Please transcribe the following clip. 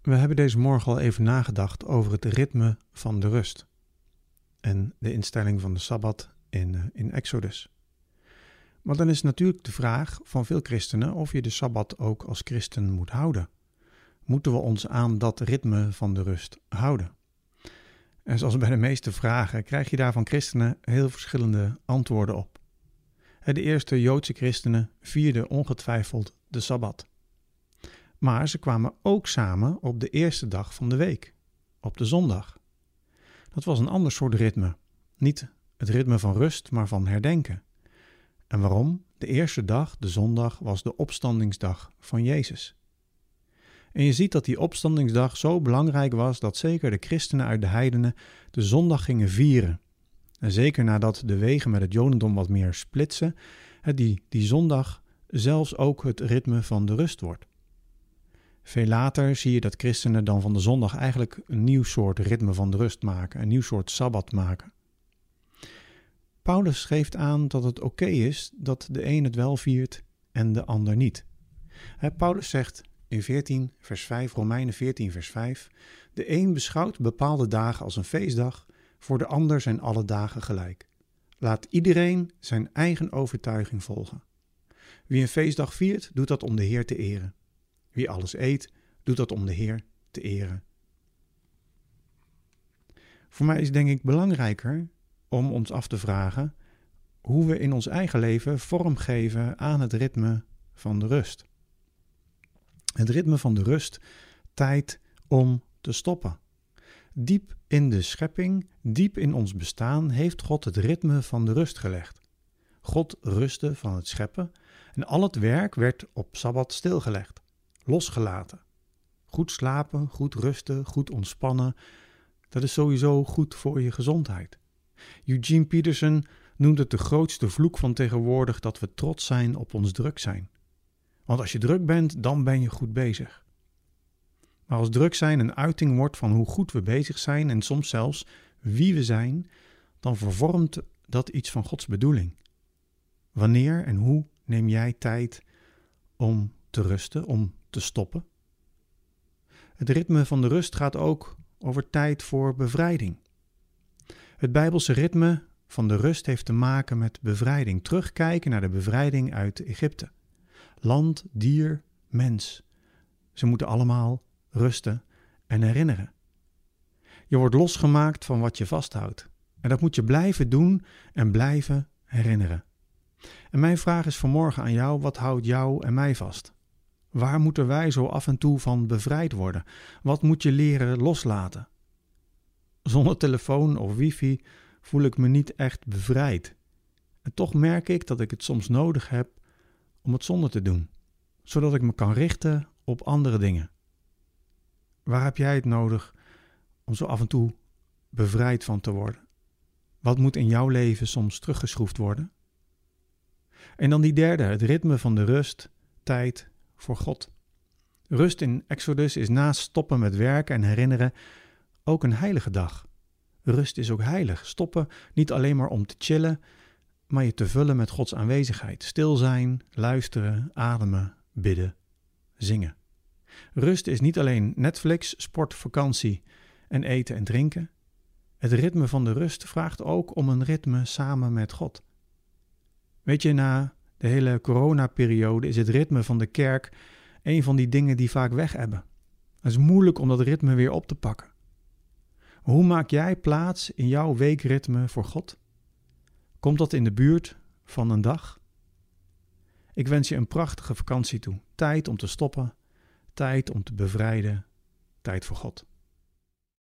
We hebben deze morgen al even nagedacht over het ritme van de rust en de instelling van de Sabbat in Exodus. Maar dan is natuurlijk de vraag van veel christenen of je de Sabbat ook als christen moet houden. Moeten we ons aan dat ritme van de rust houden? En zoals bij de meeste vragen krijg je daar van christenen heel verschillende antwoorden op. De eerste Joodse christenen vierden ongetwijfeld de Sabbat. Maar ze kwamen ook samen op de eerste dag van de week, op de zondag. Dat was een ander soort ritme. Niet het ritme van rust, maar van herdenken. En waarom? De eerste dag, de zondag, was de opstandingsdag van Jezus. En je ziet dat die opstandingsdag zo belangrijk was dat zeker de christenen uit de heidenen de zondag gingen vieren. En zeker nadat de wegen met het jodendom wat meer splitsen, die zondag zelfs ook het ritme van de rust wordt. Veel later zie je dat christenen dan van de zondag eigenlijk een nieuw soort ritme van de rust maken, een nieuw soort sabbat maken. Paulus geeft aan dat het oké is dat de een het wel viert en de ander niet. Paulus zegt in 14 vers 5, Romeinen 14 vers 5, de een beschouwt bepaalde dagen als een feestdag, voor de ander zijn alle dagen gelijk. Laat iedereen zijn eigen overtuiging volgen. Wie een feestdag viert, doet dat om de Heer te eren. Wie alles eet, doet dat om de Heer te eren. Voor mij is het denk ik belangrijker om ons af te vragen hoe we in ons eigen leven vorm geven aan het ritme van de rust. Het ritme van de rust, tijd om te stoppen. Diep in de schepping, diep in ons bestaan, heeft God het ritme van de rust gelegd. God rustte van het scheppen en al het werk werd op Sabbat stilgelegd, losgelaten. Goed slapen, goed rusten, goed ontspannen, dat is sowieso goed voor je gezondheid. Eugene Peterson noemt het de grootste vloek van tegenwoordig dat we trots zijn op ons druk zijn. Want als je druk bent, dan ben je goed bezig. Maar als druk zijn een uiting wordt van hoe goed we bezig zijn en soms zelfs wie we zijn, dan vervormt dat iets van Gods bedoeling. Wanneer en hoe neem jij tijd om te rusten, om te stoppen? Het ritme van de rust gaat ook over tijd voor bevrijding. Het Bijbelse ritme van de rust heeft te maken met bevrijding. Terugkijken naar de bevrijding uit Egypte. Land, dier, mens. Ze moeten allemaal rusten en herinneren. Je wordt losgemaakt van wat je vasthoudt. En dat moet je blijven doen en blijven herinneren. En mijn vraag is vanmorgen aan jou, wat houdt jou en mij vast? Waar moeten wij zo af en toe van bevrijd worden? Wat moet je leren loslaten? Zonder telefoon of wifi voel ik me niet echt bevrijd. En toch merk ik dat ik het soms nodig heb om het zonder te doen, zodat ik me kan richten op andere dingen. Waar heb jij het nodig om zo af en toe bevrijd van te worden? Wat moet in jouw leven soms teruggeschroefd worden? En dan die derde, het ritme van de rust, tijd voor God. Rust in Exodus is naast stoppen met werken en herinneren ook een heilige dag. Rust is ook heilig. Stoppen niet alleen maar om te chillen, maar je te vullen met Gods aanwezigheid. Stil zijn, luisteren, ademen, bidden, zingen. Rust is niet alleen Netflix, sport, vakantie en eten en drinken. Het ritme van de rust vraagt ook om een ritme samen met God. Weet je, na de hele coronaperiode is het ritme van de kerk een van die dingen die vaak weg hebben. Het is moeilijk om dat ritme weer op te pakken. Hoe maak jij plaats in jouw weekritme voor God? Komt dat in de buurt van een dag? Ik wens je een prachtige vakantie toe. Tijd om te stoppen, tijd om te bevrijden, tijd voor God.